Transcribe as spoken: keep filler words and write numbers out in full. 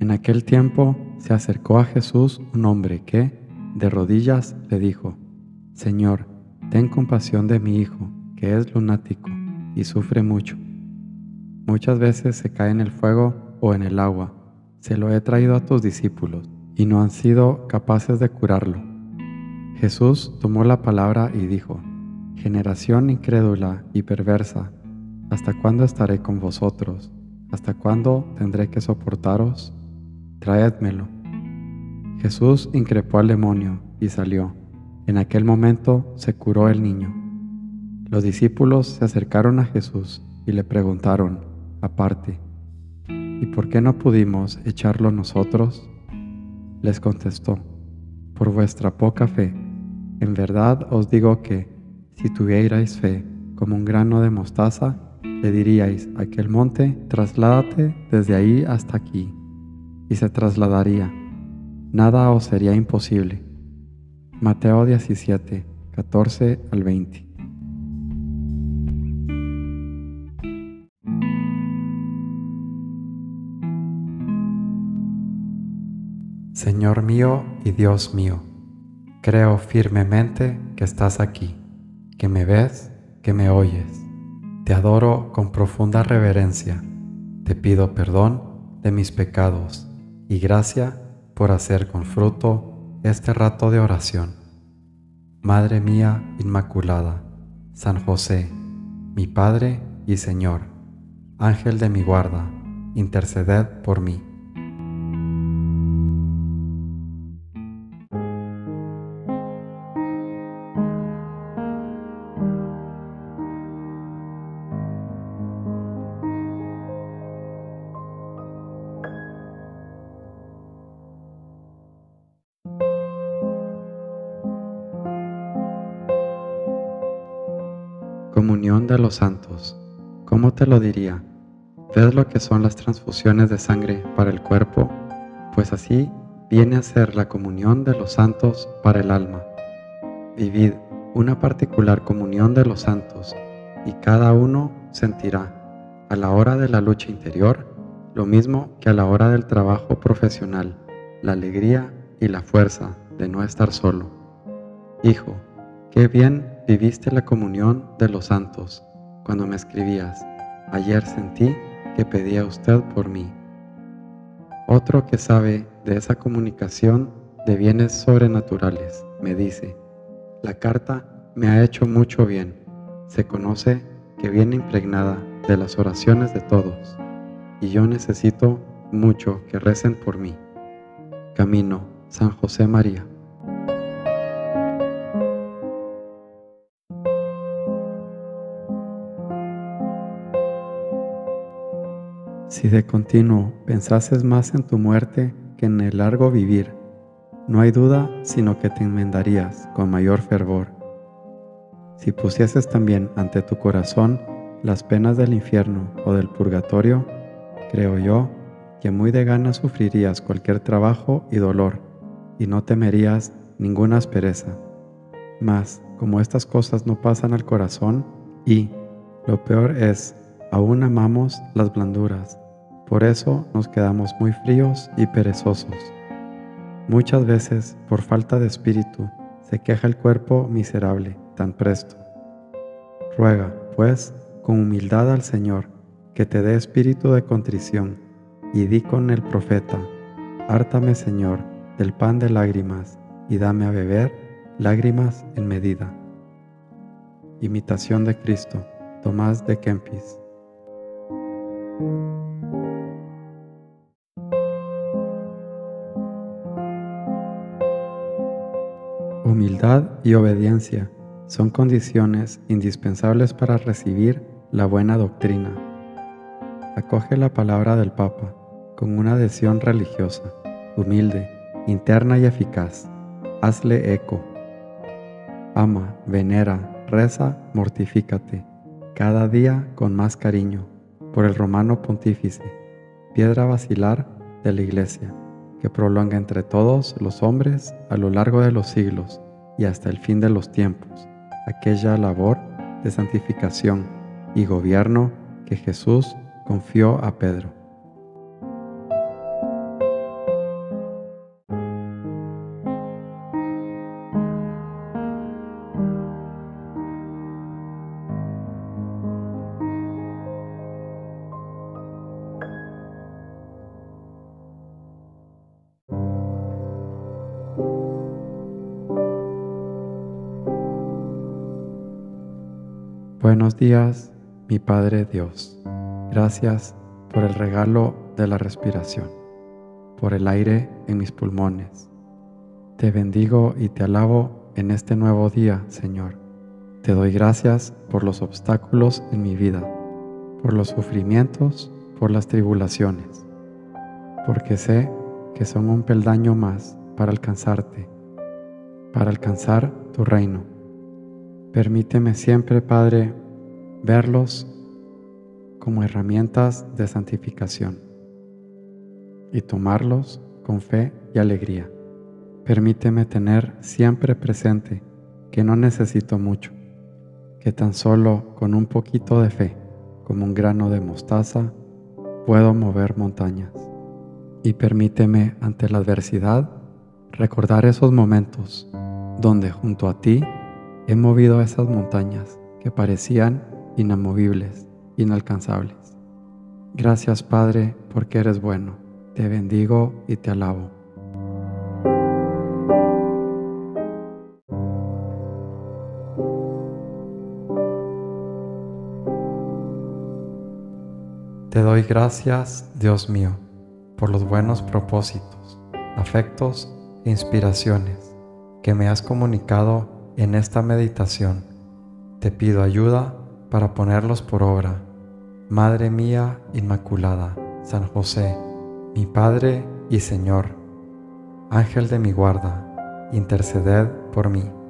En aquel tiempo se acercó a Jesús un hombre que, de rodillas, le dijo: Señor, ten compasión de mi hijo, que es lunático y sufre mucho. Muchas veces se cae en el fuego o en el agua. Se lo he traído a tus discípulos, y no han sido capaces de curarlo. Jesús tomó la palabra y dijo: Generación incrédula y perversa, ¿hasta cuándo estaré con vosotros? ¿Hasta cuándo tendré que soportaros? Traédmelo. Jesús increpó al demonio y salió. En aquel momento se curó el niño. Los discípulos se acercaron a Jesús y le preguntaron, aparte: ¿Y por qué no pudimos echarlo nosotros? Les contestó: por vuestra poca fe. En verdad os digo que, si tuvierais fe como un grano de mostaza, le diríais a aquel monte: trasládate desde ahí hasta aquí, y se trasladaría. Nada os sería imposible. Mateo diecisiete, catorce al veinte. Señor mío y Dios mío, creo firmemente que estás aquí, que me ves, que me oyes. Te adoro con profunda reverencia. Te pido perdón de mis pecados y gracia por hacer con fruto este rato de oración. Madre mía Inmaculada, San José, mi Padre y Señor, Ángel de mi guarda, interceded por mí. Comunión de los santos. ¿Cómo te lo diría? ¿Ves lo que son las transfusiones de sangre para el cuerpo? Pues así viene a ser la comunión de los santos para el alma. Vivid una particular comunión de los santos, y cada uno sentirá, a la hora de la lucha interior, lo mismo que a la hora del trabajo profesional, la alegría y la fuerza de no estar solo. Hijo, qué bien viviste la comunión de los santos cuando me escribías: ayer sentí que pedía usted por mí. Otro que sabe de esa comunicación de bienes sobrenaturales me dice: la carta me ha hecho mucho bien. Se conoce que viene impregnada de las oraciones de todos, y yo necesito mucho que recen por mí. Camino, San José María. Si de continuo pensases más en tu muerte que en el largo vivir, no hay duda sino que te enmendarías con mayor fervor. Si pusieses también ante tu corazón las penas del infierno o del purgatorio, creo yo que muy de gana sufrirías cualquier trabajo y dolor, y no temerías ninguna aspereza. Mas, como estas cosas no pasan al corazón, y, lo peor es, aún amamos las blanduras, por eso nos quedamos muy fríos y perezosos. Muchas veces, por falta de espíritu, se queja el cuerpo miserable tan presto. Ruega, pues, con humildad al Señor, que te dé espíritu de contrición, y di con el profeta: hártame, Señor, del pan de lágrimas, y dame a beber lágrimas en medida. Imitación de Cristo, Tomás de Kempis. Humildad y obediencia son condiciones indispensables para recibir la buena doctrina. Acoge la palabra del Papa con una adhesión religiosa, humilde, interna y eficaz. Hazle eco. Ama, venera, reza, mortifícate, cada día con más cariño, por el Romano Pontífice, piedra basilar de la Iglesia, que prolonga entre todos los hombres a lo largo de los siglos y hasta el fin de los tiempos, aquella labor de santificación y gobierno que Jesús confió a Pedro. Buenos días, mi Padre Dios. Gracias por el regalo de la respiración, por el aire en mis pulmones. Te bendigo y te alabo en este nuevo día, Señor. Te doy gracias por los obstáculos en mi vida, por los sufrimientos, por las tribulaciones, porque sé que son un peldaño más para alcanzarte, para alcanzar tu reino. Permíteme siempre, Padre, verlos como herramientas de santificación y tomarlos con fe y alegría. Permíteme tener siempre presente que no necesito mucho, que tan solo con un poquito de fe, como un grano de mostaza, puedo mover montañas. Y permíteme ante la adversidad recordar esos momentos donde junto a ti he movido esas montañas que parecían inamovibles, inalcanzables. Gracias, Padre, porque eres bueno. Te bendigo y te alabo. Te doy gracias, Dios mío, por los buenos propósitos, afectos e inspiraciones que me has comunicado en esta meditación. Te pido ayuda para ponerlos por obra. Madre mía Inmaculada, San José, mi Padre y Señor, Ángel de mi guarda, interceded por mí.